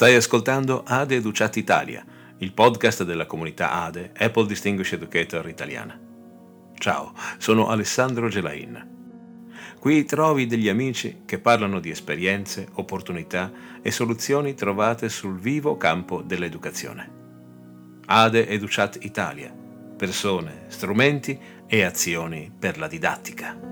Stai ascoltando ADE Educat Italia, il podcast della comunità ADE, Apple Distinguished Educator italiana. Ciao, sono Alessandro Gelain. Qui trovi degli amici che parlano di esperienze, opportunità e soluzioni trovate sul vivo campo dell'educazione. ADE Educat Italia, persone, strumenti e azioni per la didattica.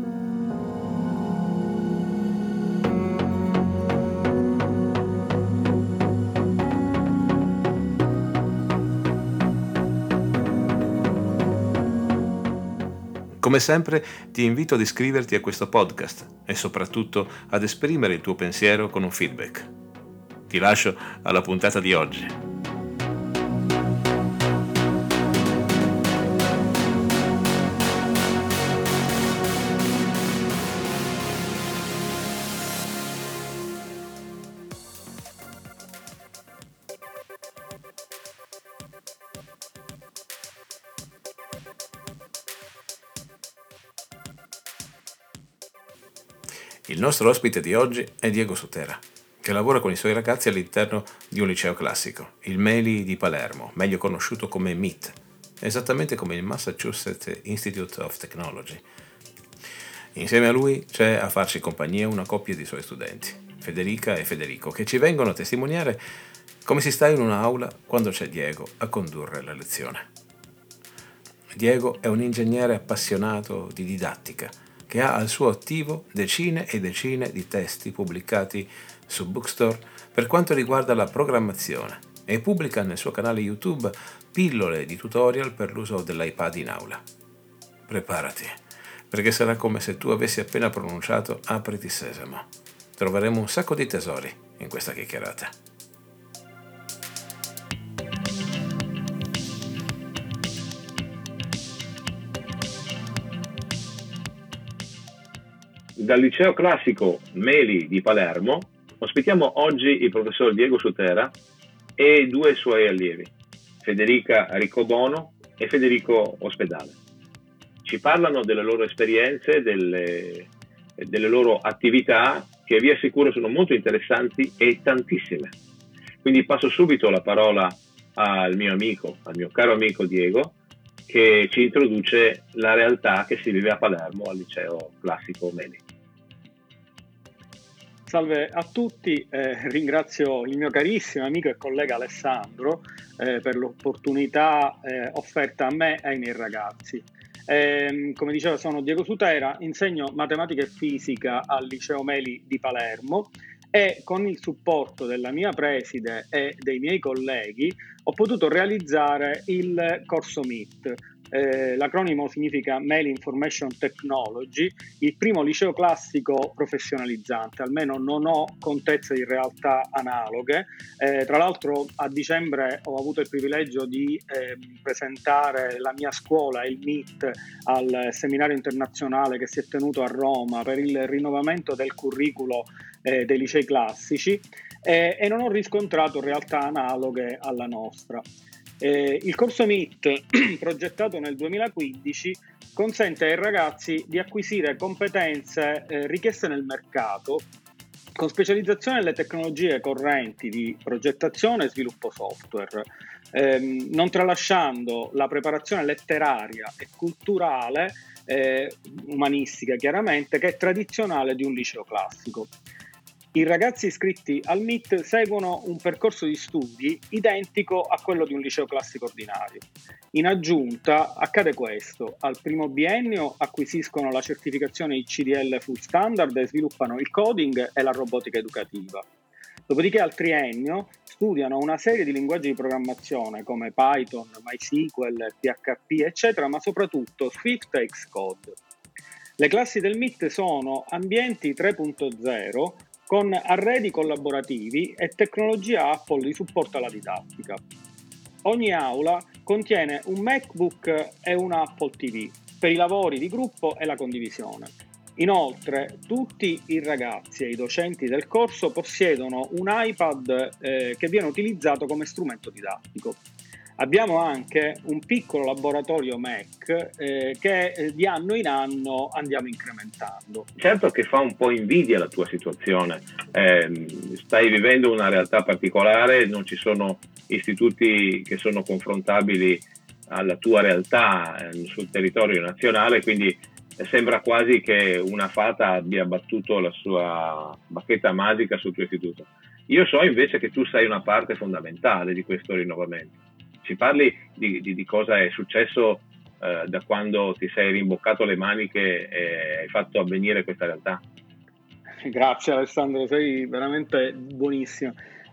Come sempre ti invito ad iscriverti a questo podcast e soprattutto ad esprimere il tuo pensiero con un feedback. Ti lascio alla puntata di oggi. Il nostro ospite di oggi è Diego Sutera, che lavora con i suoi ragazzi all'interno di un liceo classico, il MELI di Palermo, meglio conosciuto come MIT, esattamente come il Massachusetts Institute of Technology. Insieme a lui c'è a farci compagnia una coppia di suoi studenti, Federica e Federico, che ci vengono a testimoniare come si sta in un'aula quando c'è Diego a condurre la lezione. Diego è un ingegnere appassionato di didattica, che ha al suo attivo decine e decine di testi pubblicati su Bookstore per quanto riguarda la programmazione e pubblica nel suo canale YouTube pillole di tutorial per l'uso dell'iPad in aula. Preparati, perché sarà come se tu avessi appena pronunciato Apriti Sesamo. Troveremo un sacco di tesori in questa chiacchierata. Dal liceo classico MELI di Palermo ospitiamo oggi il professor Diego Sutera e due suoi allievi, Federica Riccobono e Federico Ospedale. Ci parlano delle loro esperienze, delle loro attività, che vi assicuro sono molto interessanti e tantissime. Quindi passo subito la parola al mio caro amico Diego, che ci introduce la realtà che si vive a Palermo al liceo classico MELI. Salve a tutti, ringrazio il mio carissimo amico e collega Alessandro per l'opportunità offerta a me e ai miei ragazzi. Come diceva, sono Diego Sutera, insegno matematica e fisica al liceo MELI di Palermo e con il supporto della mia preside e dei miei colleghi ho potuto realizzare il corso MIT. L'acronimo significa MELI Information Technology, il primo liceo classico professionalizzante, almeno non ho contezza di realtà analoghe. Tra l'altro a dicembre ho avuto il privilegio di presentare la mia scuola, il MIT, al seminario internazionale che si è tenuto a Roma per il rinnovamento del curriculo dei licei classici e non ho riscontrato realtà analoghe alla nostra. Il corso MIT, progettato nel 2015, consente ai ragazzi di acquisire competenze richieste nel mercato con specializzazione nelle tecnologie correnti di progettazione e sviluppo software, non tralasciando la preparazione letteraria e culturale, umanistica chiaramente, che è tradizionale di un liceo classico. I ragazzi iscritti al MIT seguono un percorso di studi identico a quello di un liceo classico ordinario. In aggiunta accade questo: al primo biennio acquisiscono la certificazione ICDL Full Standard e sviluppano il coding e la robotica educativa. Dopodiché al triennio studiano una serie di linguaggi di programmazione come Python, MySQL, PHP, eccetera, ma soprattutto Swift e Xcode. Le classi del MIT sono ambienti 3.0 con arredi collaborativi e tecnologia Apple di supporto alla didattica. Ogni aula contiene un MacBook e un Apple TV per i lavori di gruppo e la condivisione. Inoltre, tutti i ragazzi e i docenti del corso possiedono un iPad che viene utilizzato come strumento didattico. Abbiamo anche un piccolo laboratorio MEC che di anno in anno andiamo incrementando. Certo che fa un po' invidia la tua situazione, stai vivendo una realtà particolare, non ci sono istituti che sono confrontabili alla tua realtà sul territorio nazionale, quindi sembra quasi che una fata abbia battuto la sua bacchetta magica sul tuo istituto. Io so invece che tu sei una parte fondamentale di questo rinnovamento. Ci parli di cosa è successo da quando ti sei rimboccato le maniche e hai fatto avvenire questa realtà? Grazie Alessandro, sei veramente buonissimo.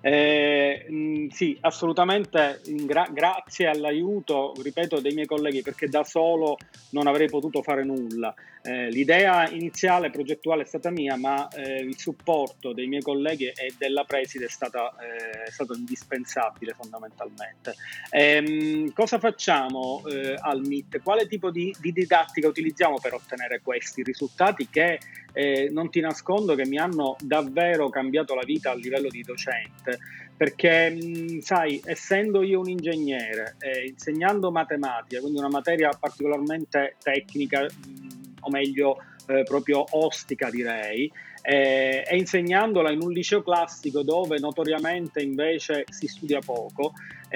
Sì, assolutamente, grazie all'aiuto, ripeto, dei miei colleghi, perché da solo non avrei potuto fare nulla. L'idea iniziale progettuale è stata mia, ma il supporto dei miei colleghi e della preside è stato indispensabile fondamentalmente. Cosa facciamo al MIT? Quale tipo di didattica utilizziamo per ottenere questi risultati che non ti nascondo che mi hanno davvero cambiato la vita a livello di docente? Perché sai, essendo io un ingegnere, insegnando matematica, quindi una materia particolarmente tecnica, o meglio proprio ostica direi, e insegnandola in un liceo classico dove notoriamente invece si studia poco,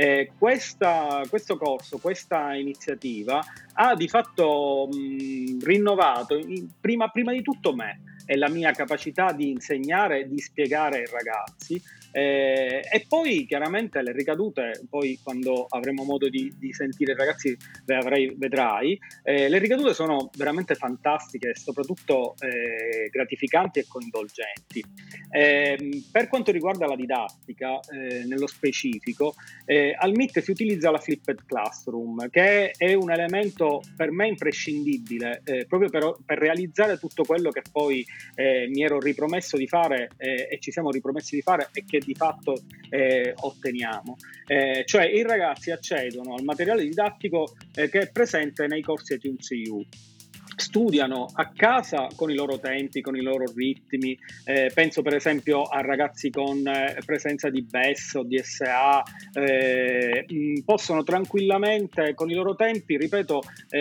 questo corso, questa iniziativa ha di fatto rinnovato prima di tutto me e la mia capacità di insegnare e di spiegare ai ragazzi, e poi chiaramente le ricadute, poi quando avremo modo di sentire i ragazzi vedrai, le ricadute sono veramente fantastiche e soprattutto gratificanti e coinvolgenti. Per quanto riguarda la didattica, nello specifico, al MIT si utilizza la Flipped Classroom, che è un elemento per me imprescindibile proprio per realizzare tutto quello che poi mi ero ripromesso di fare e ci siamo ripromessi di fare e che di fatto otteniamo. Cioè i ragazzi accedono al materiale didattico che è presente nei corsi EtuneCU. Studiano a casa con i loro tempi, con i loro ritmi, penso per esempio a ragazzi con presenza di BES o DSA, possono tranquillamente con i loro tempi, ripeto,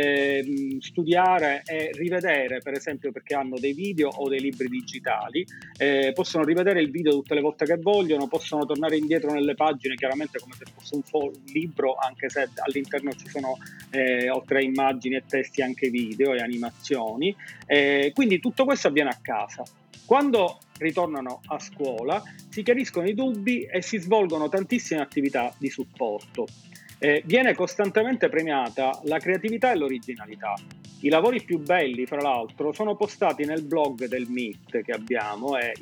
studiare e rivedere, per esempio perché hanno dei video o dei libri digitali, possono rivedere il video tutte le volte che vogliono, possono tornare indietro nelle pagine chiaramente come se fosse un libro, anche se all'interno ci sono oltre a immagini e testi anche video e animazioni. Quindi tutto questo avviene a casa. Quando ritornano a scuola si chiariscono i dubbi e si svolgono tantissime attività di supporto. Viene costantemente premiata la creatività e l'originalità. I lavori più belli, fra l'altro, sono postati nel blog del MIT che abbiamo, è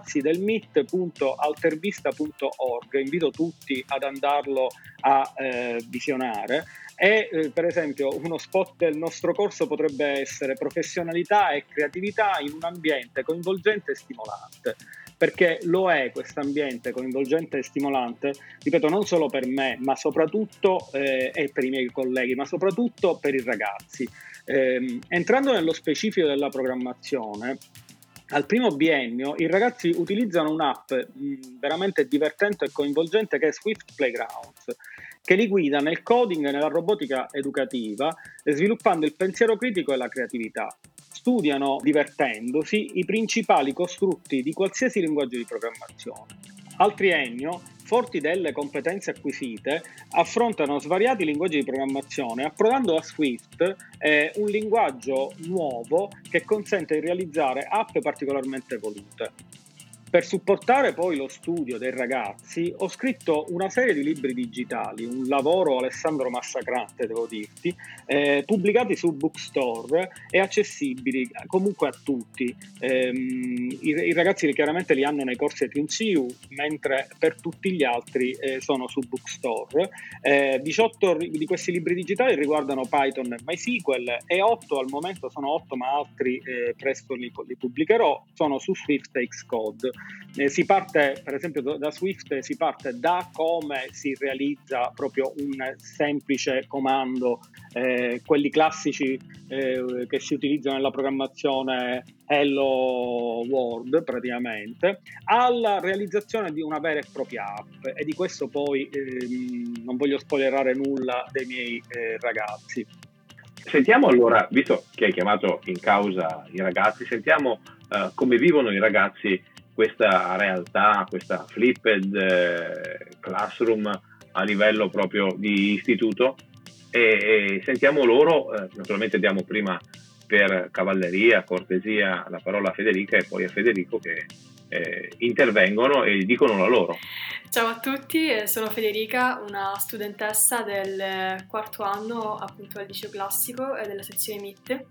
irragazzidelmit.altervista.org. Invito tutti ad andarlo a visionare. E per esempio uno spot del nostro corso potrebbe essere professionalità e creatività in un ambiente coinvolgente e stimolante, perché lo è questo ambiente coinvolgente e stimolante, ripeto, non solo per me, ma soprattutto e per i miei colleghi, ma soprattutto per i ragazzi. Entrando nello specifico della programmazione, al primo biennio i ragazzi utilizzano un'app veramente divertente e coinvolgente che è Swift Playgrounds, che li guida nel coding e nella robotica educativa, sviluppando il pensiero critico e la creatività. Studiano, divertendosi, i principali costrutti di qualsiasi linguaggio di programmazione. Al triennio, forti delle competenze acquisite, affrontano svariati linguaggi di programmazione, approdando a Swift, un linguaggio nuovo che consente di realizzare app particolarmente evolute. Per supportare poi lo studio dei ragazzi ho scritto una serie di libri digitali, un lavoro Alessandro massacrante devo dirti, pubblicati su Bookstore e accessibili comunque a tutti. I ragazzi chiaramente li hanno nei corsi EtuneCU, mentre per tutti gli altri sono su Bookstore. 18 di questi libri digitali riguardano Python e MySQL e 8 al momento sono 8, ma altri presto li pubblicherò, sono su Swift Xcode. Si parte, per esempio, da Swift, si parte da come si realizza proprio un semplice comando, quelli classici che si utilizzano nella programmazione Hello World praticamente, alla realizzazione di una vera e propria app, e di questo poi non voglio spoilerare nulla dei miei ragazzi. Sentiamo allora, visto che hai chiamato in causa i ragazzi, sentiamo come vivono i ragazzi questa realtà, questa flipped classroom a livello proprio di istituto, e sentiamo loro. Naturalmente diamo prima, per cavalleria, cortesia, la parola a Federica e poi a Federico, che intervengono e dicono la loro. Ciao a tutti, sono Federica, una studentessa del quarto anno appunto al liceo classico e della sezione MIT.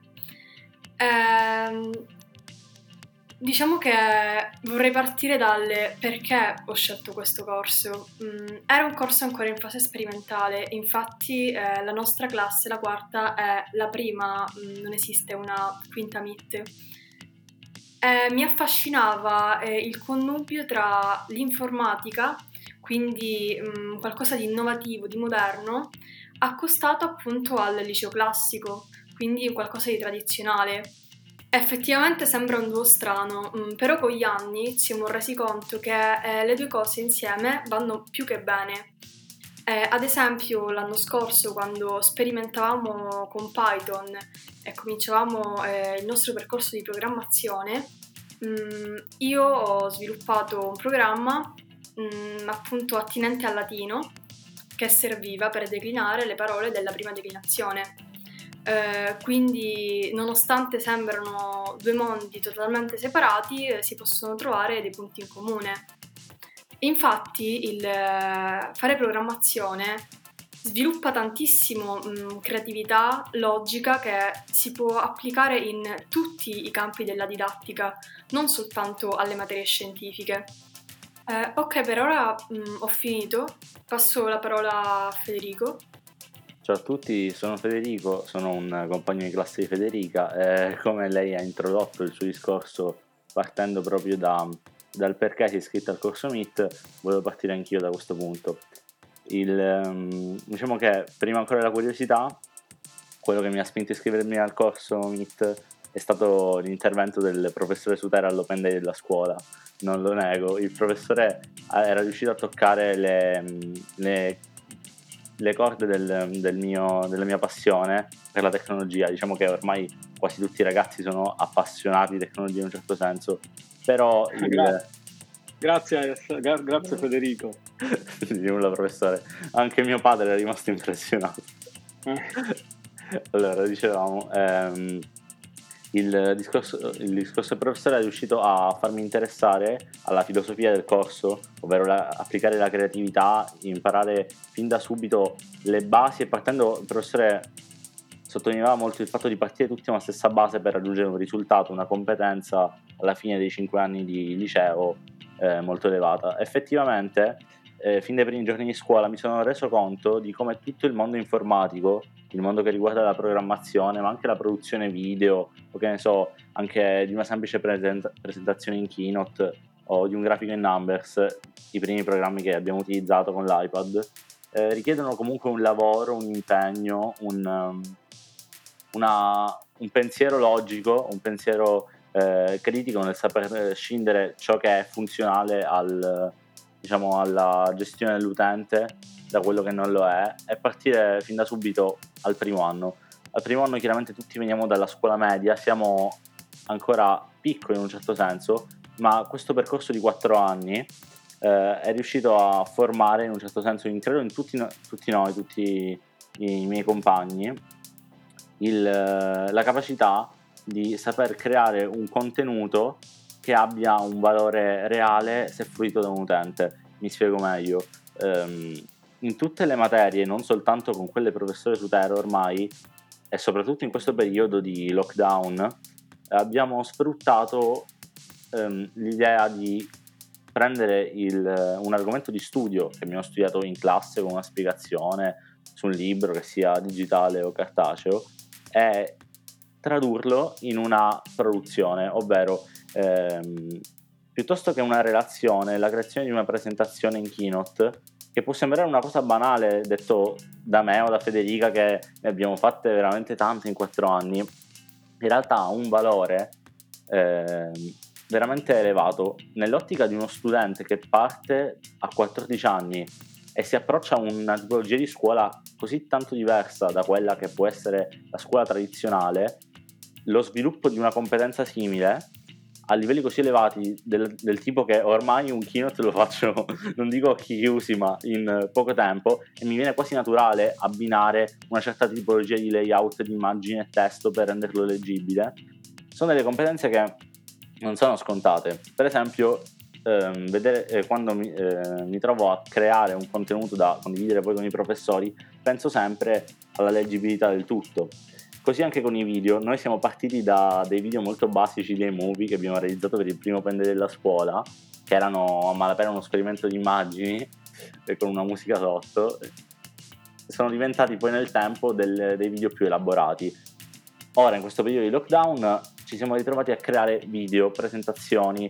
Diciamo che vorrei partire dal perché ho scelto questo corso. Era un corso ancora in fase sperimentale, infatti la nostra classe, la quarta, è la prima, non esiste una quinta MIT. Mi affascinava il connubio tra l'informatica, quindi qualcosa di innovativo, di moderno, accostato appunto al liceo classico, quindi qualcosa di tradizionale. Effettivamente sembra un duo strano, però con gli anni ci siamo resi conto che le due cose insieme vanno più che bene. Ad esempio l'anno scorso, quando sperimentavamo con Python e cominciavamo il nostro percorso di programmazione, io ho sviluppato un programma appunto attinente al latino, che serviva per declinare le parole della prima declinazione. Quindi, nonostante sembrano due mondi totalmente separati, si possono trovare dei punti in comune. Infatti il fare programmazione sviluppa tantissimo creatività, logica, che si può applicare in tutti i campi della didattica, non soltanto alle materie scientifiche. Ok, per ora ho finito, passo la parola a Federico. Ciao a tutti, sono Federico, sono un compagno di classe di Federica e come lei ha introdotto il suo discorso partendo proprio dal perché si è iscritta al corso MIT, volevo partire anch'io da questo punto. Diciamo che prima ancora della curiosità, quello che mi ha spinto a iscrivermi al corso MIT è stato l'intervento del professore Sutera all'Open Day della scuola. Non lo nego, il professore era riuscito a toccare le corde della mia passione per la tecnologia. Diciamo che ormai quasi tutti i ragazzi sono appassionati di tecnologia in un certo senso, però Grazie Federico. Di nulla professore, anche mio padre è rimasto impressionato. Allora, dicevamo, il discorso del professore è riuscito a farmi interessare alla filosofia del corso, ovvero applicare la creatività, imparare fin da subito le basi, e partendo, il professore sottolineava molto il fatto di partire tutti alla stessa base per raggiungere un risultato, una competenza alla fine dei 5 anni di liceo molto elevata. Effettivamente, fin dai primi giorni di scuola mi sono reso conto di come tutto il mondo informatico, il mondo che riguarda la programmazione, ma anche la produzione video, o che ne so, anche di una semplice presentazione in Keynote o di un grafico in Numbers, i primi programmi che abbiamo utilizzato con l'iPad, richiedono comunque un lavoro, un impegno, un pensiero logico, un pensiero critico nel saper scindere ciò che è funzionale alla gestione dell'utente da quello che non lo è, e partire fin da subito al primo anno. Al primo anno chiaramente tutti veniamo dalla scuola media, siamo ancora piccoli in un certo senso, ma questo percorso di 4 anni è riuscito a formare in un certo senso, credo in tutti i miei compagni, la capacità di saper creare un contenuto che abbia un valore reale se fruito da un utente. Mi spiego meglio. In tutte le materie, non soltanto con quelle professore Sutero ormai, e soprattutto in questo periodo di lockdown, abbiamo sfruttato l'idea di prendere un argomento di studio che abbiamo studiato in classe con una spiegazione su un libro, che sia digitale o cartaceo, e tradurlo in una produzione, ovvero piuttosto che una relazione, la creazione di una presentazione in Keynote, che può sembrare una cosa banale detto da me o da Federica, che ne abbiamo fatte veramente tante in 4 anni, in realtà ha un valore veramente elevato nell'ottica di uno studente che parte a 14 anni e si approccia a una tipologia di scuola così tanto diversa da quella che può essere la scuola tradizionale. Lo sviluppo di una competenza simile a livelli così elevati del tipo che ormai un keynote lo faccio, non dico a occhi chiusi, ma in poco tempo, e mi viene quasi naturale abbinare una certa tipologia di layout di immagine e testo per renderlo leggibile. Sono delle competenze che non sono scontate. Per esempio, vedere quando mi trovo a creare un contenuto da condividere poi con i professori, penso sempre alla leggibilità del tutto. Così anche con i video. Noi siamo partiti da dei video molto basici dei movie che abbiamo realizzato per il primo Pende della scuola, che erano a malapena uno esperimento di immagini con una musica sotto. Sono diventati poi nel tempo dei video più elaborati. Ora, in questo periodo di lockdown, ci siamo ritrovati a creare video, presentazioni,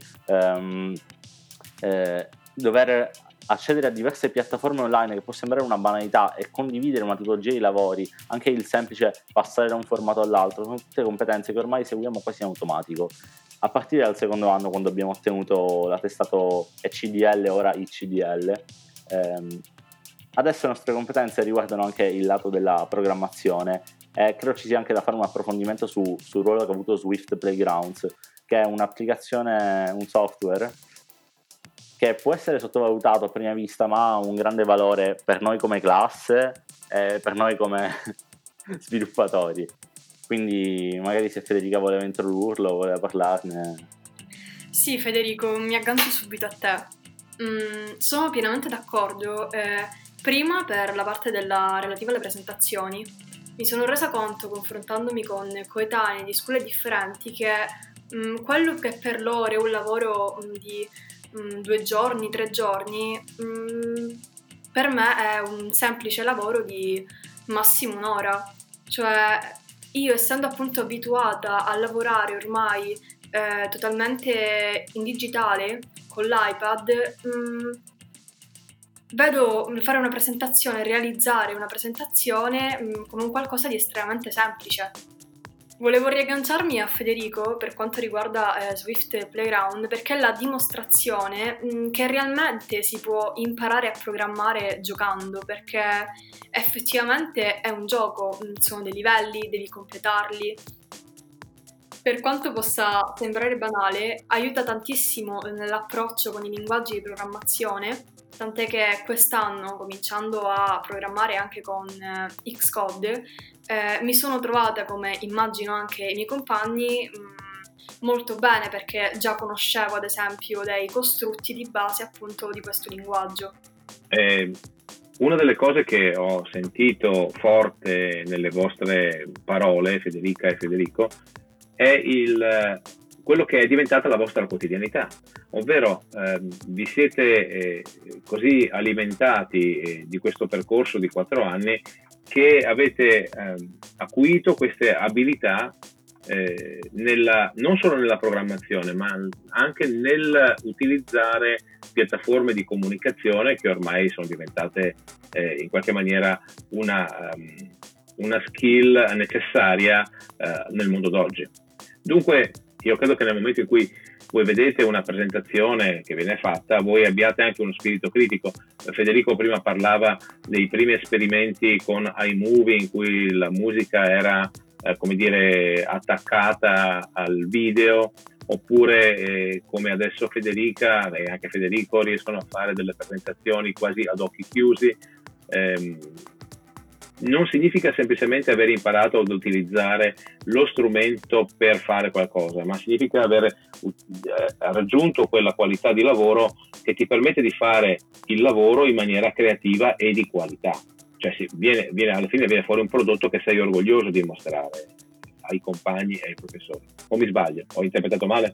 dover accedere a diverse piattaforme online, che può sembrare una banalità, e condividere una tipologia di lavori, anche il semplice passare da un formato all'altro, sono tutte competenze che ormai seguiamo quasi in automatico. A partire dal secondo anno, quando abbiamo ottenuto l'attestato ECDL, ora ICDL, adesso le nostre competenze riguardano anche il lato della programmazione, e credo ci sia anche da fare un approfondimento sul ruolo che ha avuto Swift Playgrounds, che è un'applicazione, un software che può essere sottovalutato a prima vista, ma ha un grande valore per noi come classe e per noi come sviluppatori. Quindi magari se Federica voleva introdurlo, voleva parlarne. Sì, Federico, mi aggancio subito a te. Sono pienamente d'accordo. Prima, per la parte relativa alle presentazioni, mi sono resa conto, confrontandomi con coetanei di scuole differenti, che quello che per loro è un lavoro di 2 giorni, 3 giorni, per me è un semplice lavoro di massimo un'ora. Cioè, io, essendo appunto abituata a lavorare ormai totalmente in digitale con l'iPad, vedo fare una presentazione, realizzare una presentazione come un qualcosa di estremamente semplice. Volevo riagganciarmi a Federico per quanto riguarda Swift Playground, perché è la dimostrazione che realmente si può imparare a programmare giocando, perché effettivamente è un gioco, sono dei livelli, devi completarli. Per quanto possa sembrare banale, aiuta tantissimo nell'approccio con i linguaggi di programmazione, tant'è che quest'anno, cominciando a programmare anche con Xcode, mi sono trovata, come immagino anche i miei compagni, molto bene, perché già conoscevo ad esempio dei costrutti di base appunto di questo linguaggio. Una delle cose che ho sentito forte nelle vostre parole, Federica e Federico, è quello che è diventata la vostra quotidianità, ovvero vi siete così alimentati di questo percorso di 4 anni che avete acuito queste abilità non solo nella programmazione, ma anche nel utilizzare piattaforme di comunicazione che ormai sono diventate in qualche maniera una skill necessaria nel mondo d'oggi. Dunque, io credo che nel momento in cui voi vedete una presentazione che viene fatta, voi abbiate anche uno spirito critico. Federico prima parlava dei primi esperimenti con iMovie in cui la musica era attaccata al video, oppure come adesso Federica e anche Federico riescono a fare delle presentazioni quasi ad occhi chiusi. Non significa semplicemente aver imparato ad utilizzare lo strumento per fare qualcosa, ma significa aver raggiunto quella qualità di lavoro che ti permette di fare il lavoro in maniera creativa e di qualità. Cioè alla fine viene fuori un prodotto che sei orgoglioso di mostrare ai compagni e ai professori. O mi sbaglio? Ho interpretato male?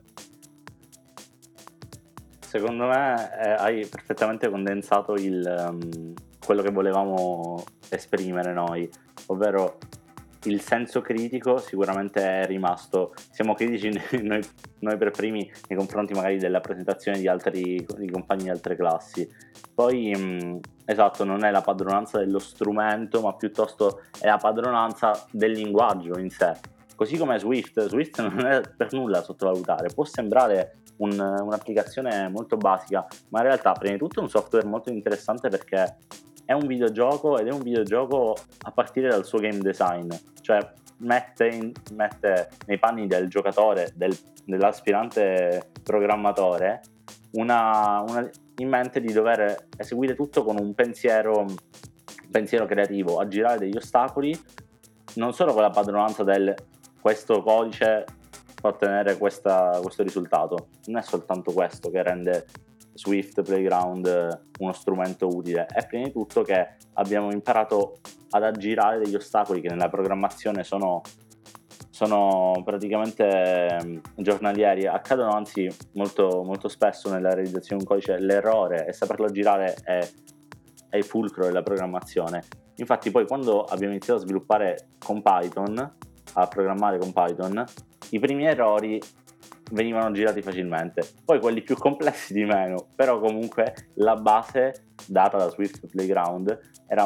Secondo me hai perfettamente condensato quello che volevamo esprimere noi, ovvero il senso critico sicuramente è rimasto. Siamo critici noi per primi nei confronti magari della presentazione di compagni di altre classi. Poi esatto, non è la padronanza dello strumento, ma piuttosto è la padronanza del linguaggio in sé. Così come Swift non è per nulla sottovalutare, può sembrare un'applicazione molto basica, ma in realtà prima di tutto è un software molto interessante perché è un videogioco, ed è un videogioco a partire dal suo game design, cioè mette nei panni del giocatore, dell'aspirante programmatore, in mente di dover eseguire tutto con un pensiero creativo, aggirare degli ostacoli, non solo con la padronanza del questo codice fa ottenere questo risultato. Non è soltanto questo che rende Swift Playground uno strumento utile, è prima di tutto che abbiamo imparato ad aggirare degli ostacoli che nella programmazione sono praticamente giornalieri, accadono anzi molto, molto spesso nella realizzazione di un codice. L'errore, e saperlo aggirare è il fulcro della programmazione. Infatti poi quando abbiamo iniziato a sviluppare con Python, a programmare con Python, i primi errori venivano girati facilmente, poi quelli più complessi di meno, però comunque la base data da Swift Playground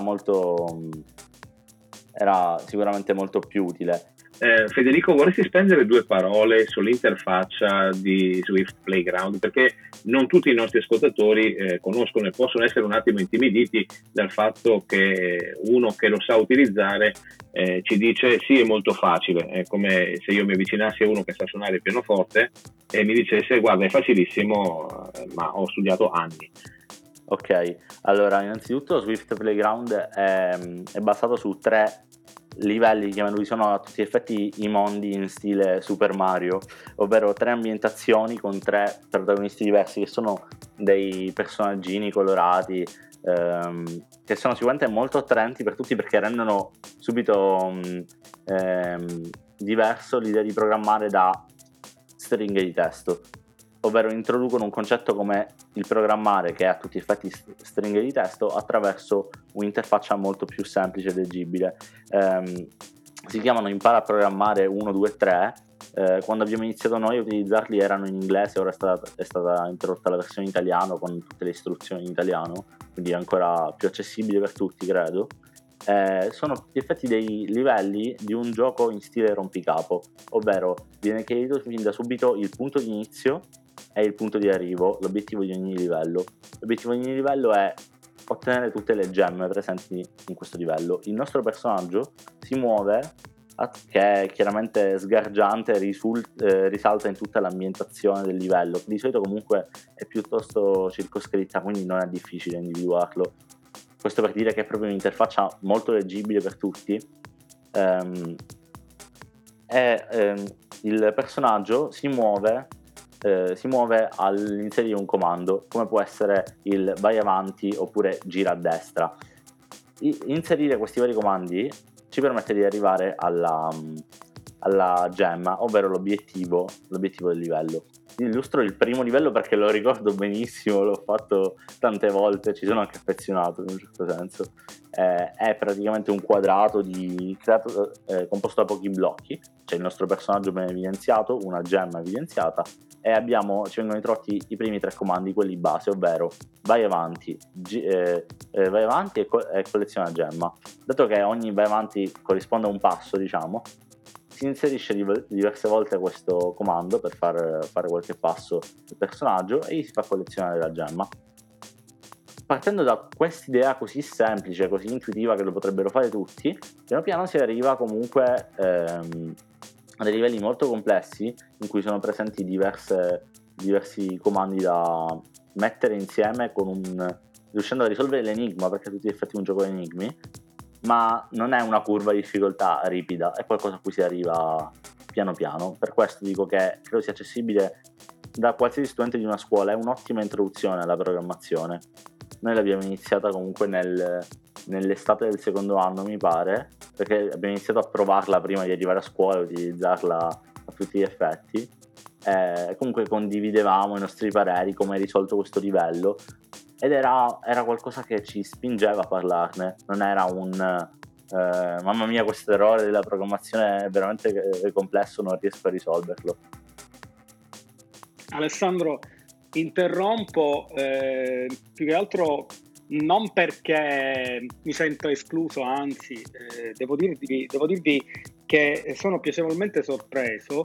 era sicuramente molto più utile. Federico, vorresti spendere 2 parole sull'interfaccia di Swift Playground, perché non tutti i nostri ascoltatori conoscono e possono essere un attimo intimiditi dal fatto che uno che lo sa utilizzare ci dice sì, è molto facile. È come se io mi avvicinassi a uno che sa suonare il pianoforte e mi dicesse guarda, è facilissimo, ma ho studiato anni. Ok, allora innanzitutto Swift Playground è basato su 3 livelli, chiamiamoli, sono a tutti gli effetti i mondi in stile Super Mario, ovvero 3 ambientazioni con 3 protagonisti diversi che sono dei personaggini colorati, che sono sicuramente molto attraenti per tutti perché rendono subito diverso l'idea di programmare da stringhe di testo, ovvero introducono un concetto come il programmare, che è a tutti gli effetti stringhe di testo, attraverso un'interfaccia molto più semplice e leggibile. Si chiamano Impara a programmare 1, 2, 3. Quando abbiamo iniziato noi a utilizzarli erano in inglese, ora è stata introdotta la versione in italiano con tutte le istruzioni in italiano, quindi è ancora più accessibile per tutti, credo. Sono a tutti gli effetti dei livelli di un gioco in stile rompicapo, ovvero viene chiarito fin da subito il punto di inizio e il punto di arrivo, l'obiettivo di ogni livello. L'obiettivo di ogni livello è ottenere tutte le gemme presenti in questo livello. Il nostro personaggio si muove, che è chiaramente sgargiante, risalta in tutta l'ambientazione del livello, che di solito comunque è piuttosto circoscritta, quindi non è difficile individuarlo. Questo per dire che è proprio un'interfaccia molto leggibile per tutti. Il personaggio si muove all'inserire un comando, come può essere il vai avanti oppure gira a destra. Inserire questi vari comandi ci permette di arrivare alla gemma, ovvero l'obiettivo del livello. Illustro il primo livello perché lo ricordo benissimo, l'ho fatto tante volte, ci sono anche affezionato in un certo senso. È praticamente un quadrato composto da pochi blocchi. C'è il nostro personaggio ben evidenziato, una gemma evidenziata, e ci vengono introdotti i primi 3 comandi, quelli base, ovvero vai avanti e colleziona gemma. Dato che ogni vai avanti corrisponde a un passo, diciamo, si inserisce diverse volte questo comando per fare qualche passo del personaggio e gli si fa collezionare la gemma. Partendo da quest'idea così semplice, così intuitiva che lo potrebbero fare tutti, piano piano si arriva comunque a dei livelli molto complessi in cui sono presenti diversi comandi da mettere insieme riuscendo a risolvere l'enigma, perché a tutti gli effetti è un gioco di enigmi, ma non è una curva di difficoltà ripida, è qualcosa a cui si arriva piano piano. Per questo dico che credo sia accessibile da qualsiasi studente di una scuola, è un'ottima introduzione alla programmazione. Noi l'abbiamo iniziata comunque nell'estate del secondo anno, mi pare, perché abbiamo iniziato a provarla prima di arrivare a scuola e utilizzarla a tutti gli effetti. Comunque condividevamo i nostri pareri, come è risolto questo livello, ed era qualcosa che ci spingeva a parlarne, non era mamma mia, questo errore della programmazione è veramente complesso, non riesco a risolverlo. Alessandro, interrompo più che altro non perché mi sento escluso, anzi devo dirvi che sono piacevolmente sorpreso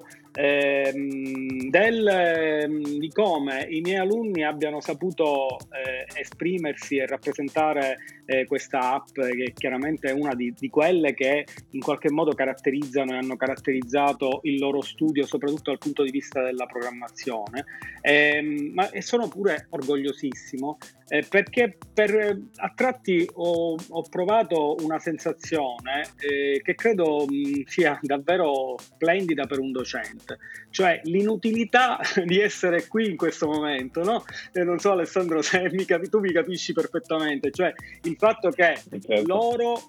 di come i miei alunni abbiano saputo esprimersi e rappresentare questa app, che chiaramente è una di quelle che in qualche modo caratterizzano e hanno caratterizzato il loro studio, soprattutto dal punto di vista della programmazione, ma sono pure orgogliosissimo perché a tratti ho provato una sensazione che credo sia davvero splendida per un docente, cioè l'inutilità di essere qui in questo momento, no? Non so, Alessandro, se tu mi capisci perfettamente, cioè il fatto che loro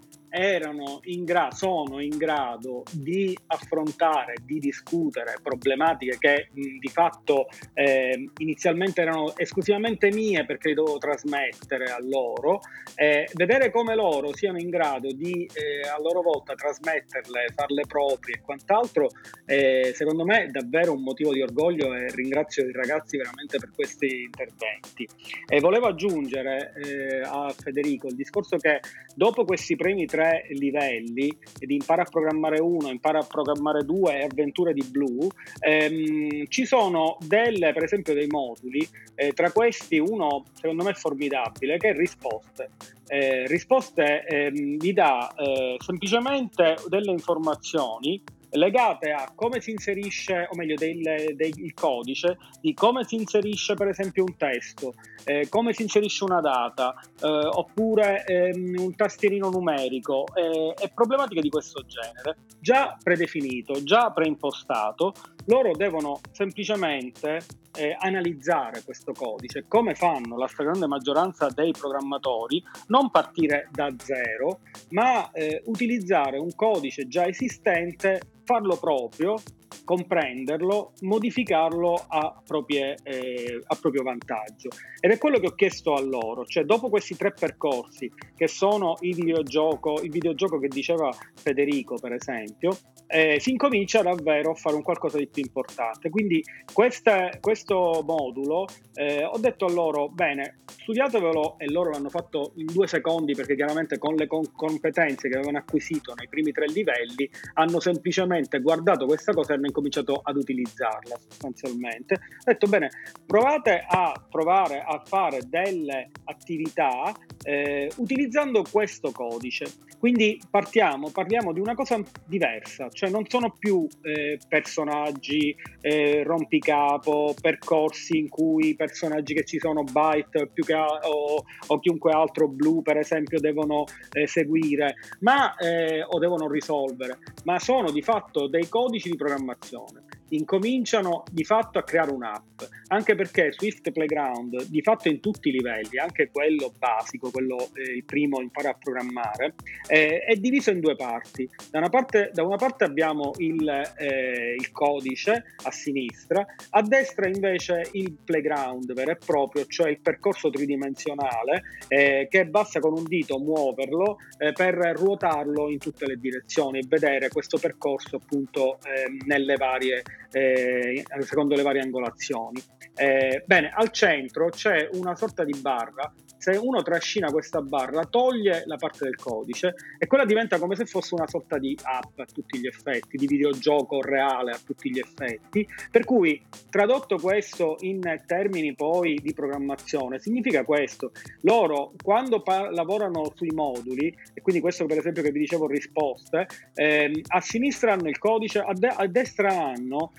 sono in grado di affrontare, di discutere problematiche che di fatto inizialmente erano esclusivamente mie perché le dovevo trasmettere a loro, vedere come loro siano in grado di a loro volta trasmetterle, farle proprie e quant'altro, secondo me è davvero un motivo di orgoglio, e ringrazio i ragazzi veramente per questi interventi. E volevo aggiungere a Federico il discorso che dopo questi primi 3 livelli di Impara a programmare 1, Impara a programmare 2 e Avventure di Blue, ci sono per esempio dei moduli, tra questi uno secondo me formidabile, che è Risposte. Risposte gli dà semplicemente delle informazioni legate a come si inserisce, o meglio il codice, di come si inserisce per esempio un testo, come si inserisce una data, oppure un tastierino numerico, e problematiche di questo genere, già predefinito, già preimpostato. Loro devono semplicemente analizzare questo codice, come fanno la stragrande maggioranza dei programmatori, non partire da zero, ma utilizzare un codice già esistente, farlo proprio, comprenderlo, modificarlo a proprio vantaggio. Ed è quello che ho chiesto a loro, cioè dopo questi 3 percorsi, che sono il videogioco che diceva Federico per esempio, si incomincia davvero a fare un qualcosa di più importante. Quindi questo modulo, ho detto a loro, bene, studiatevelo, e loro l'hanno fatto in 2 secondi, perché chiaramente con le competenze che avevano acquisito nei primi 3 livelli hanno semplicemente guardato questa cosa e hanno incominciato ad utilizzarla sostanzialmente. Ho detto, bene, provate a provare a fare delle attività utilizzando questo codice. Quindi parliamo di una cosa diversa, cioè non sono più personaggi rompicapo, percorsi in cui i personaggi che ci sono, Byte più che o chiunque altro, Blue per esempio, devono seguire, o devono risolvere, ma sono di fatto dei codici di programmazione. Incominciano di fatto a creare un'app, anche perché Swift Playground di fatto in tutti i livelli, anche quello basico, quello il primo, Impara a programmare, è diviso in 2 parti. Da una parte abbiamo il codice a sinistra, a destra invece il playground vero e proprio, cioè il percorso tridimensionale che basta con un dito muoverlo per ruotarlo in tutte le direzioni e vedere questo percorso appunto nelle varie secondo le varie angolazioni. Bene, al centro c'è una sorta di barra. Se uno trascina questa barra, toglie la parte del codice e quella diventa come se fosse una sorta di app a tutti gli effetti, di videogioco reale a tutti gli effetti, per cui tradotto questo in termini poi di programmazione significa questo: loro quando lavorano sui moduli, e quindi questo per esempio che vi dicevo, risposte, a sinistra hanno il codice, a destra hanno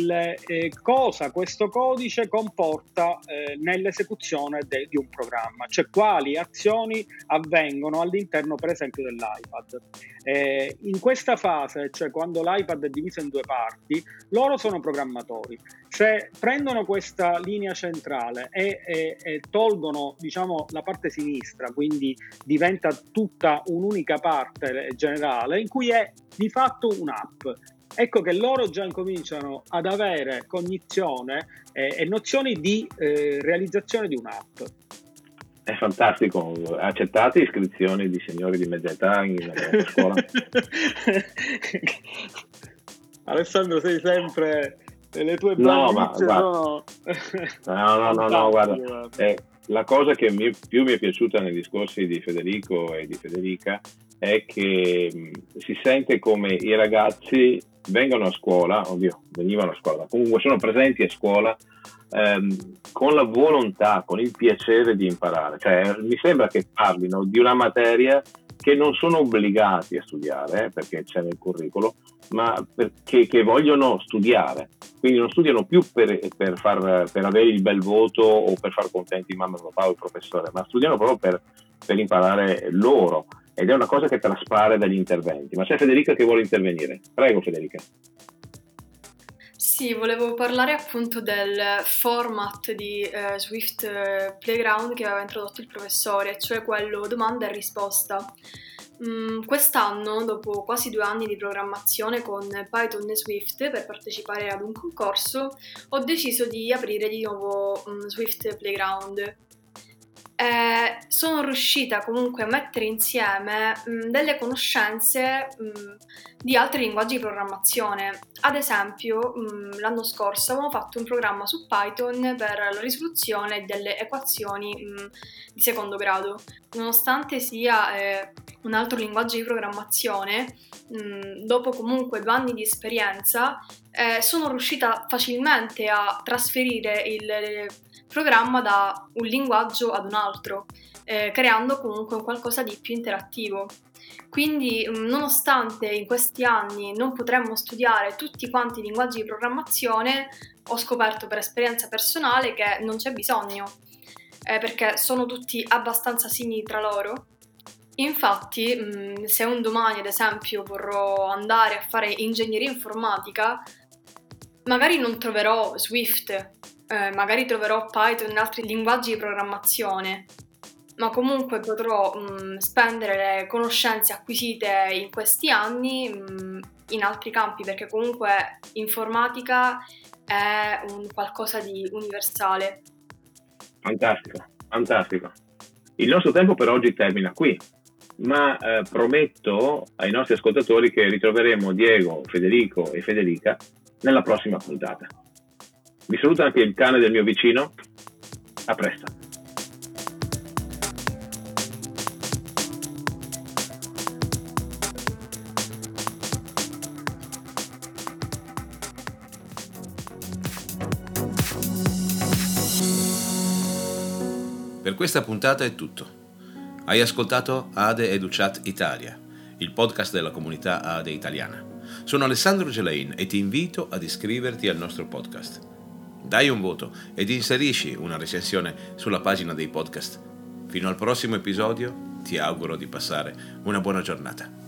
cosa questo codice comporta nell'esecuzione di un programma, cioè quali azioni avvengono all'interno per esempio dell'iPad. In questa fase, cioè quando l'iPad è diviso in 2 parti, loro sono programmatori. Se prendono questa linea centrale e tolgono, diciamo, la parte sinistra, quindi diventa tutta un'unica parte generale in cui è di fatto un'app. Ecco che loro già incominciano ad avere cognizione e nozioni di realizzazione di un'app. È fantastico, accettate iscrizioni di signori di mezza età in scuola? Alessandro, sei sempre le tue No, ma bravizze guarda, no, guarda. La cosa che più mi è piaciuta nei discorsi di Federico e di Federica è che si sente come i ragazzi venivano a scuola, comunque sono presenti a scuola con la volontà, con il piacere di imparare. Cioè, mi sembra che parlino di una materia che non sono obbligati a studiare, perché c'è nel curriculum, ma che vogliono studiare. Quindi non studiano più per avere il bel voto o per far contenti mamma, papà o il professore, ma studiano proprio per imparare loro. Ed è una cosa che traspare dagli interventi. Ma c'è Federica che vuole intervenire. Prego, Federica. Sì, volevo parlare appunto del format di Swift Playground che aveva introdotto il professore, cioè quello domanda e risposta. Quest'anno, dopo quasi 2 anni di programmazione con Python e Swift per partecipare ad un concorso, ho deciso di aprire di nuovo Swift Playground. Sono riuscita comunque a mettere insieme delle conoscenze di altri linguaggi di programmazione. Ad esempio, l'anno scorso avevamo fatto un programma su Python per la risoluzione delle equazioni di secondo grado. Nonostante sia un altro linguaggio di programmazione, dopo comunque 2 anni di esperienza, sono riuscita facilmente a trasferire il programma da un linguaggio ad un altro, creando comunque qualcosa di più interattivo. Quindi, nonostante in questi anni non potremmo studiare tutti quanti i linguaggi di programmazione, ho scoperto per esperienza personale che non c'è bisogno, perché sono tutti abbastanza simili tra loro. Infatti, se un domani, ad esempio, vorrò andare a fare ingegneria informatica, magari non troverò Swift, magari troverò Python e altri linguaggi di programmazione, ma comunque potrò spendere le conoscenze acquisite in questi anni in altri campi, perché comunque informatica è un qualcosa di universale. Fantastico. Il nostro tempo per oggi termina qui, ma prometto ai nostri ascoltatori che ritroveremo Diego, Federico e Federica nella prossima puntata. Vi saluta anche il cane del mio vicino. A presto. Per questa puntata è tutto. Hai ascoltato ADE EduChat Italia, il podcast della comunità ADE italiana. Sono Alessandro Gelain e ti invito ad iscriverti al nostro podcast. Dai un voto ed inserisci una recensione sulla pagina dei podcast. Fino al prossimo episodio, ti auguro di passare una buona giornata.